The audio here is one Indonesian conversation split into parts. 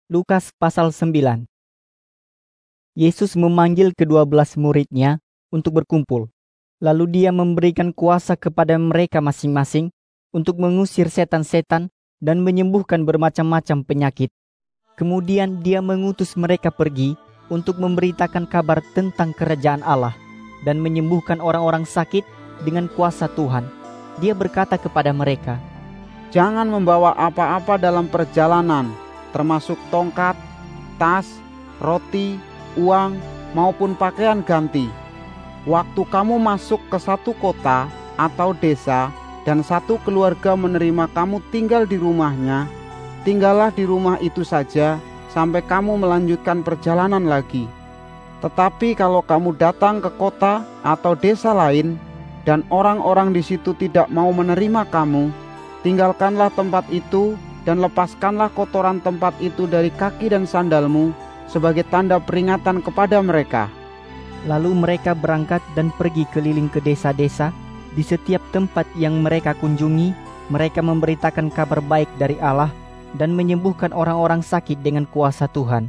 Lukas pasal 9. Yesus memanggil ke-12 murid-Nya untuk berkumpul. Lalu Dia memberikan kuasa kepada mereka masing-masing untuk mengusir setan-setan dan menyembuhkan bermacam-macam penyakit. Kemudian Dia mengutus mereka pergi untuk memberitakan kabar tentang kerajaan Allah dan menyembuhkan orang-orang sakit dengan kuasa Tuhan. Dia berkata kepada mereka, "Jangan membawa apa-apa dalam perjalanan, termasuk tongkat, tas, roti, uang, maupun pakaian ganti. Waktu kamu masuk ke satu kota atau desa dan satu keluarga menerima kamu tinggal di rumahnya, tinggallah di rumah itu saja sampai kamu melanjutkan perjalanan lagi. Tetapi kalau kamu datang ke kota atau desa lain dan orang-orang di situ tidak mau menerima kamu, tinggalkanlah tempat itu dan lepaskanlah kotoran tempat itu dari kaki dan sandalmu sebagai tanda peringatan kepada mereka." Lalu mereka berangkat dan pergi keliling ke desa-desa. Di setiap tempat yang mereka kunjungi, mereka memberitakan kabar baik dari Allah dan menyembuhkan orang-orang sakit dengan kuasa Tuhan.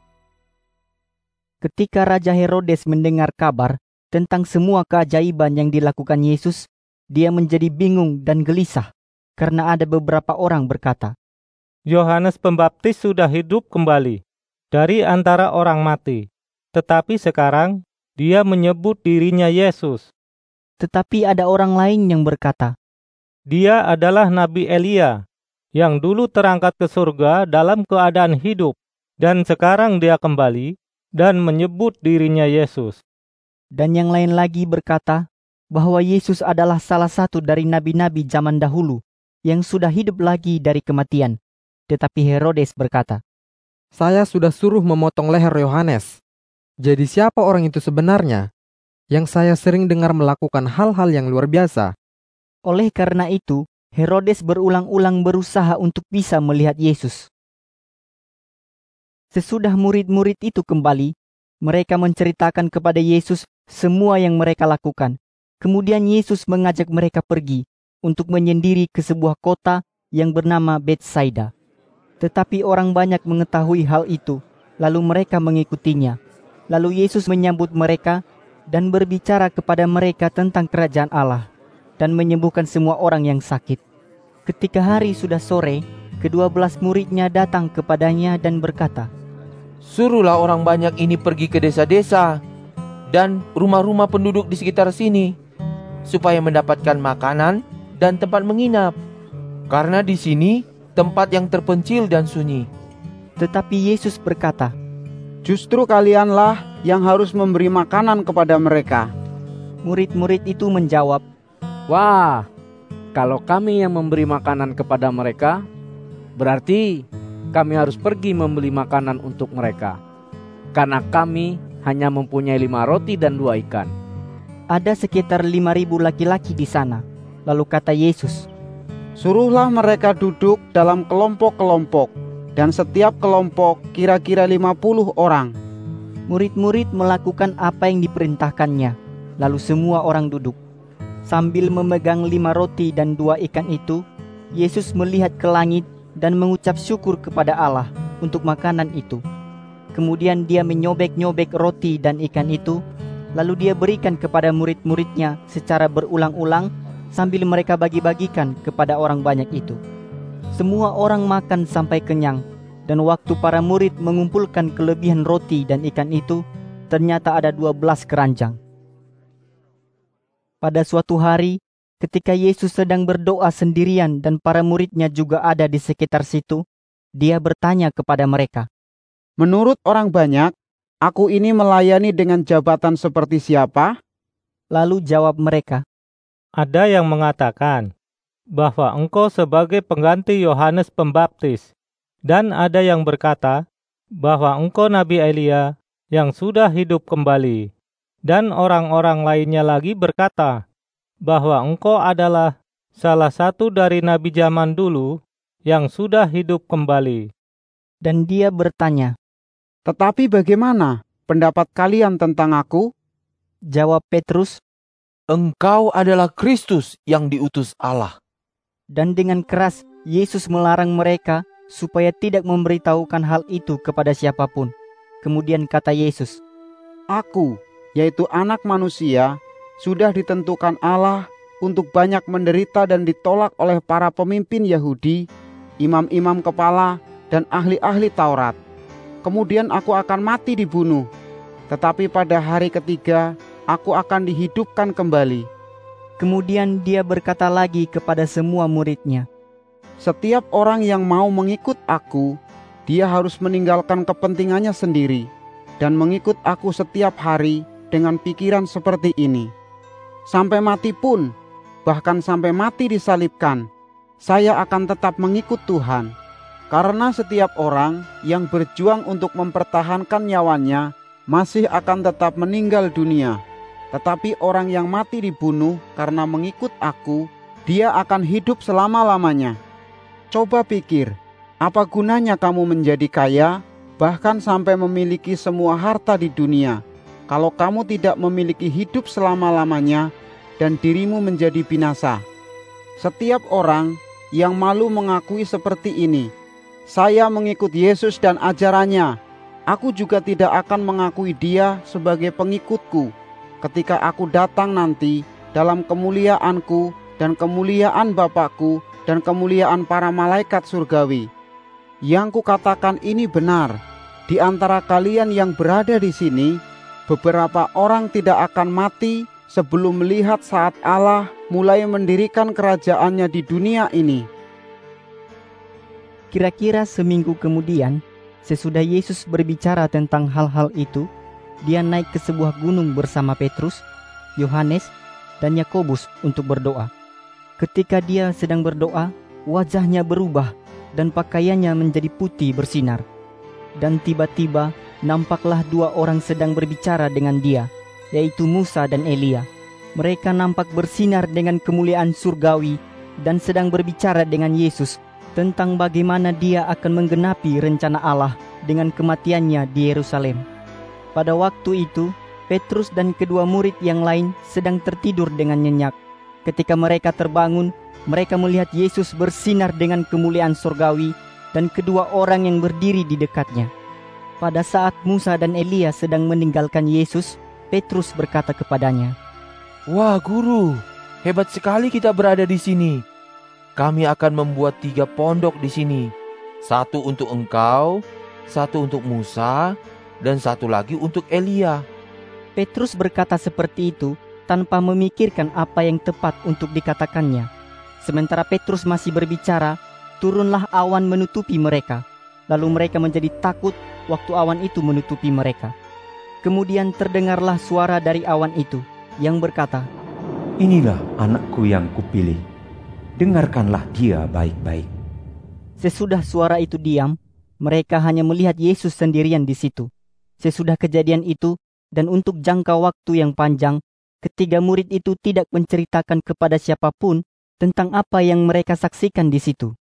Ketika Raja Herodes mendengar kabar tentang semua keajaiban yang dilakukan Yesus, dia menjadi bingung dan gelisah karena ada beberapa orang berkata, Yohanes Pembaptis sudah hidup kembali dari antara orang mati, tetapi sekarang dia menyebut dirinya Yesus. Tetapi ada orang lain yang berkata, Dia adalah Nabi Elia yang dulu terangkat ke surga dalam keadaan hidup, dan sekarang dia kembali dan menyebut dirinya Yesus. Dan yang lain lagi berkata bahwa Yesus adalah salah satu dari nabi-nabi zaman dahulu yang sudah hidup lagi dari kematian. Tetapi Herodes berkata, "Saya sudah suruh memotong leher Yohanes. Jadi siapa orang itu sebenarnya yang saya sering dengar melakukan hal-hal yang luar biasa?" Oleh karena itu, Herodes berulang-ulang berusaha untuk bisa melihat Yesus. Sesudah murid-murid itu kembali, mereka menceritakan kepada Yesus semua yang mereka lakukan. Kemudian Yesus mengajak mereka pergi untuk menyendiri ke sebuah kota yang bernama Betsaida. Tetapi orang banyak mengetahui hal itu, lalu mereka mengikutinya. Lalu Yesus menyambut mereka dan berbicara kepada mereka tentang kerajaan Allah dan menyembuhkan semua orang yang sakit. Ketika hari sudah sore, ke-12 murid-Nya datang kepadanya dan berkata, "Suruhlah orang banyak ini pergi ke desa-desa dan rumah-rumah penduduk di sekitar sini, supaya mendapatkan makanan dan tempat menginap. Karena di sini tempat yang terpencil dan sunyi." Tetapi Yesus berkata, "Justru kalianlah yang harus memberi makanan kepada mereka." Murid-murid itu menjawab, "Wah, kalau kami yang memberi makanan kepada mereka, berarti kami harus pergi membeli makanan untuk mereka. Karena kami hanya mempunyai 5 roti dan 2 ikan. Ada sekitar 5.000 laki-laki di sana. Lalu kata Yesus, "Suruhlah mereka duduk dalam kelompok-kelompok, dan setiap kelompok kira-kira 50 orang." Murid-murid melakukan apa yang diperintahkannya. Lalu semua orang duduk. Sambil memegang 5 roti dan 2 ikan itu, Yesus melihat ke langit dan mengucap syukur kepada Allah untuk makanan itu. Kemudian Dia menyobek-nyobek roti dan ikan itu, lalu Dia berikan kepada murid-murid-Nya secara berulang-ulang sambil mereka bagi-bagikan kepada orang banyak itu. Semua orang makan sampai kenyang, dan waktu para murid mengumpulkan kelebihan roti dan ikan itu, ternyata ada 12 keranjang. Pada suatu hari, ketika Yesus sedang berdoa sendirian dan para murid-Nya juga ada di sekitar situ, Dia bertanya kepada mereka, "Menurut orang banyak, aku ini melayani dengan jabatan seperti siapa?" Lalu jawab mereka, Ada yang mengatakan bahwa engkau sebagai pengganti Yohanes Pembaptis, dan ada yang berkata bahwa engkau Nabi Elia yang sudah hidup kembali, dan orang-orang lainnya lagi berkata bahwa engkau adalah salah satu dari nabi zaman dulu yang sudah hidup kembali. Dan Dia bertanya, "Tetapi bagaimana pendapat kalian tentang aku?" Jawab Petrus, "Engkau adalah Kristus yang diutus Allah." dan dengan keras Yesus melarang mereka supaya tidak memberitahukan hal itu kepada siapapun. Kemudian kata Yesus, Aku, yaitu Anak Manusia, sudah ditentukan Allah untuk banyak menderita dan ditolak oleh para pemimpin Yahudi, imam-imam kepala, dan ahli-ahli Taurat. Kemudian aku akan mati dibunuh, tetapi pada hari ketiga aku akan dihidupkan kembali. Kemudian dia berkata lagi kepada semua murid-Nya, Setiap orang yang mau mengikut aku, dia harus meninggalkan kepentingannya sendiri dan mengikut aku setiap hari dengan pikiran seperti ini. Sampai mati pun, bahkan sampai mati disalibkan, saya akan tetap mengikut Tuhan. Karena setiap orang yang berjuang untuk mempertahankan nyawanya masih akan tetap meninggal dunia. Tetapi orang yang mati dibunuh karena mengikut aku, dia akan hidup selama-lamanya. Coba pikir, apa gunanya kamu menjadi kaya, bahkan sampai memiliki semua harta di dunia, kalau kamu tidak memiliki hidup selama-lamanya dan dirimu menjadi binasa? Setiap orang yang malu mengakui seperti ini, saya mengikut Yesus dan ajarannya, aku juga tidak akan mengakui dia sebagai pengikutku ketika aku datang nanti dalam kemuliaanku dan kemuliaan Bapakku dan kemuliaan para malaikat surgawi. Yang kukatakan ini benar, di antara kalian yang berada di sini, beberapa orang tidak akan mati sebelum melihat saat Allah mulai mendirikan kerajaannya di dunia ini. Kira-kira seminggu kemudian, sesudah Yesus berbicara tentang hal-hal itu, dia naik ke sebuah gunung bersama Petrus, Yohanes, dan Yakobus untuk berdoa. Ketika dia sedang berdoa, wajahnya berubah dan pakaiannya menjadi putih bersinar. Dan tiba-tiba nampaklah dua orang sedang berbicara dengan dia, yaitu Musa dan Elia. Mereka nampak bersinar dengan kemuliaan surgawi dan sedang berbicara dengan Yesus tentang bagaimana dia akan menggenapi rencana Allah dengan kematiannya di Yerusalem. Pada waktu itu, Petrus dan kedua murid yang lain sedang tertidur dengan nyenyak. Ketika mereka terbangun, mereka melihat Yesus bersinar dengan kemuliaan surgawi dan kedua orang yang berdiri di dekatnya. Pada saat Musa dan Elia sedang meninggalkan Yesus, Petrus berkata kepadanya, Wah Guru, hebat sekali kita berada di sini. Kami akan membuat 3 pondok di sini. 1 untuk engkau, 1 untuk Musa, dan 1 lagi untuk Elia. Petrus berkata seperti itu tanpa memikirkan apa yang tepat untuk dikatakannya. Sementara Petrus masih berbicara, turunlah awan menutupi mereka. Lalu mereka menjadi takut waktu awan itu menutupi mereka. Kemudian terdengarlah suara dari awan itu yang berkata, Inilah anakku yang kupilih. Dengarkanlah dia baik-baik. Sesudah suara itu diam, mereka hanya melihat Yesus sendirian di situ. Sesudah kejadian itu, dan untuk jangka waktu yang panjang, ketiga murid itu tidak menceritakan kepada siapapun tentang apa yang mereka saksikan di situ.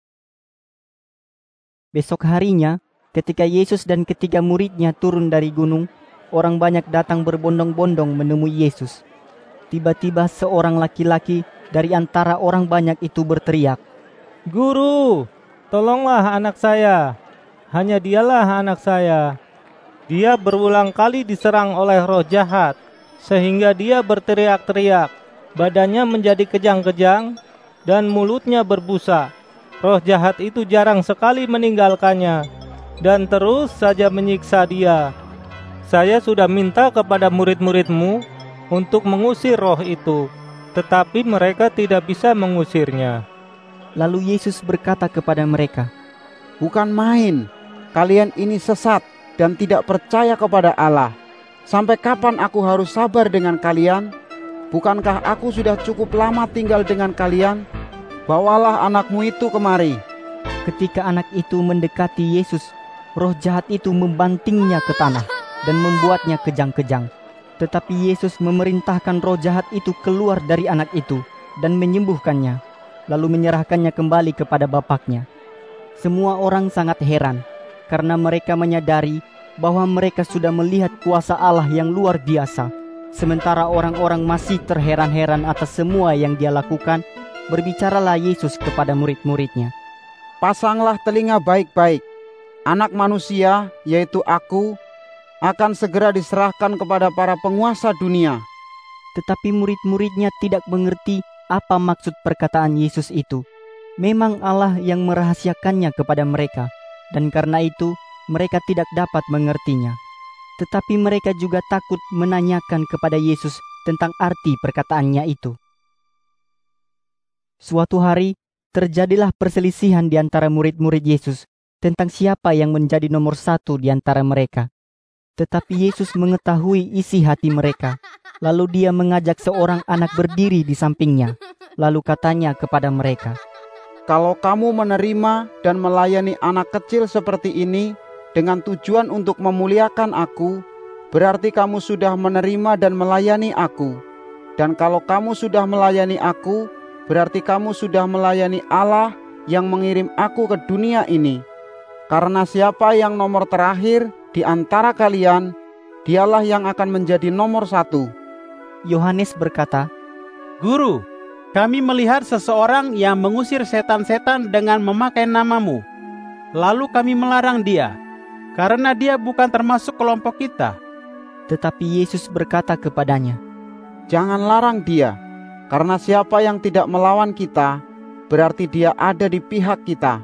Besok harinya, ketika Yesus dan ketiga muridnya turun dari gunung, orang banyak datang berbondong-bondong menemui Yesus. Tiba-tiba seorang laki-laki dari antara orang banyak itu berteriak, Guru, tolonglah anak saya. Hanya dialah anak saya. Dia berulang kali diserang oleh roh jahat, sehingga dia berteriak-teriak. Badannya menjadi kejang-kejang, dan mulutnya berbusa. Roh jahat itu jarang sekali meninggalkannya, dan terus saja menyiksa dia. Saya sudah minta kepada murid-muridmu untuk mengusir roh itu, tetapi mereka tidak bisa mengusirnya. Lalu Yesus berkata kepada mereka, Bukan main, kalian ini sesat dan tidak percaya kepada Allah. Sampai kapan aku harus sabar dengan kalian? Bukankah aku sudah cukup lama tinggal dengan kalian? Bawalah anakmu itu kemari. Ketika anak itu mendekati Yesus, roh jahat itu membantingnya ke tanah dan membuatnya kejang-kejang. Tetapi Yesus memerintahkan roh jahat itu keluar dari anak itu dan menyembuhkannya, lalu menyerahkannya kembali kepada bapaknya. Semua orang sangat heran, karena mereka menyadari bahwa mereka sudah melihat kuasa Allah yang luar biasa. Sementara orang-orang masih terheran-heran atas semua yang dia lakukan, berbicaralah Yesus kepada murid-muridnya. Pasanglah telinga baik-baik. Anak manusia, yaitu aku, akan segera diserahkan kepada para penguasa dunia." Tetapi murid-muridnya tidak mengerti apa maksud perkataan Yesus itu. Memang Allah yang merahasiakannya kepada mereka, dan karena itu mereka tidak dapat mengertinya. Tetapi mereka juga takut menanyakan kepada Yesus tentang arti perkataannya itu. Suatu hari, terjadilah perselisihan di antara murid-murid Yesus tentang siapa yang menjadi nomor 1 di antara mereka. Tetapi Yesus mengetahui isi hati mereka. Lalu dia mengajak seorang anak berdiri di sampingnya. Lalu katanya kepada mereka, "Kalau kamu menerima dan melayani anak kecil seperti ini dengan tujuan untuk memuliakan aku, berarti kamu sudah menerima dan melayani aku. Dan kalau kamu sudah melayani aku, berarti kamu sudah melayani Allah yang mengirim aku ke dunia ini. Karena siapa yang nomor terakhir di antara kalian, dialah yang akan menjadi nomor 1. Yohanes berkata, "Guru, kami melihat seseorang yang mengusir setan-setan dengan memakai namamu. Lalu kami melarang dia, karena dia bukan termasuk kelompok kita." Tetapi Yesus berkata kepadanya, "Jangan larang dia, karena siapa yang tidak melawan kita, berarti dia ada di pihak kita."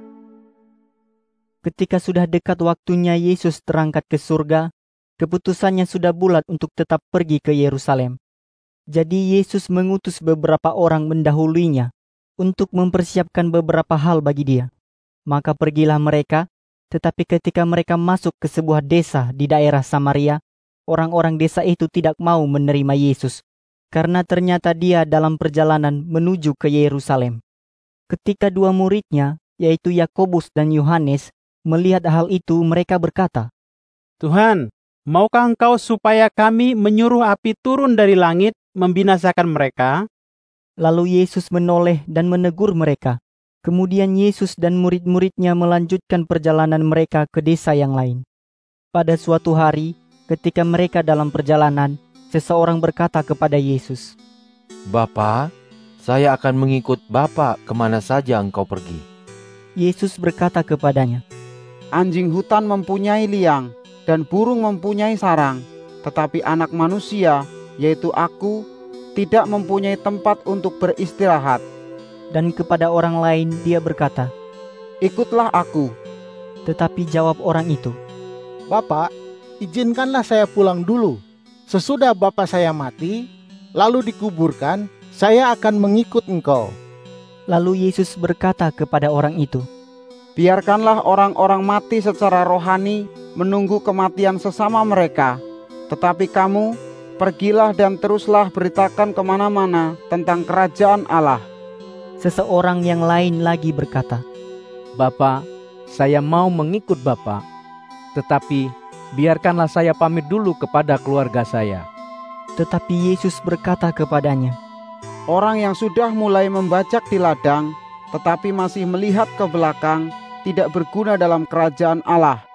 Ketika sudah dekat waktunya Yesus terangkat ke surga, keputusannya sudah bulat untuk tetap pergi ke Yerusalem. Jadi Yesus mengutus beberapa orang mendahulinya untuk mempersiapkan beberapa hal bagi dia. Maka pergilah mereka, tetapi ketika mereka masuk ke sebuah desa di daerah Samaria, orang-orang desa itu tidak mau menerima Yesus, karena ternyata dia dalam perjalanan menuju ke Yerusalem. Ketika 2 muridnya, yaitu Yakobus dan Yohanes, melihat hal itu, mereka berkata, "Tuhan, maukah Engkau supaya kami menyuruh api turun dari langit membinasakan mereka?" Lalu Yesus menoleh dan menegur mereka. Kemudian Yesus dan murid-muridnya melanjutkan perjalanan mereka ke desa yang lain. Pada suatu hari, ketika mereka dalam perjalanan, seseorang berkata kepada Yesus, "Bapa, saya akan mengikut Bapa kemana saja Engkau pergi." Yesus berkata kepadanya, "Anjing hutan mempunyai liang dan burung mempunyai sarang, tetapi anak manusia, yaitu aku, tidak mempunyai tempat untuk beristirahat." Dan kepada orang lain dia berkata, "Ikutlah aku." Tetapi jawab orang itu, "Bapak, izinkanlah saya pulang dulu. Sesudah bapak saya mati, lalu dikuburkan, saya akan mengikut Engkau." Lalu Yesus berkata kepada orang itu, "Biarkanlah orang-orang mati secara rohani menunggu kematian sesama mereka. Tetapi kamu, pergilah dan teruslah beritakan kemana-mana tentang kerajaan Allah." Seseorang yang lain lagi berkata, "Bapak, saya mau mengikut Bapak, tetapi biarkanlah saya pamit dulu kepada keluarga saya." Tetapi Yesus berkata kepadanya, "Orang yang sudah mulai membajak di ladang, tetapi masih melihat ke belakang, tidak berguna dalam kerajaan Allah."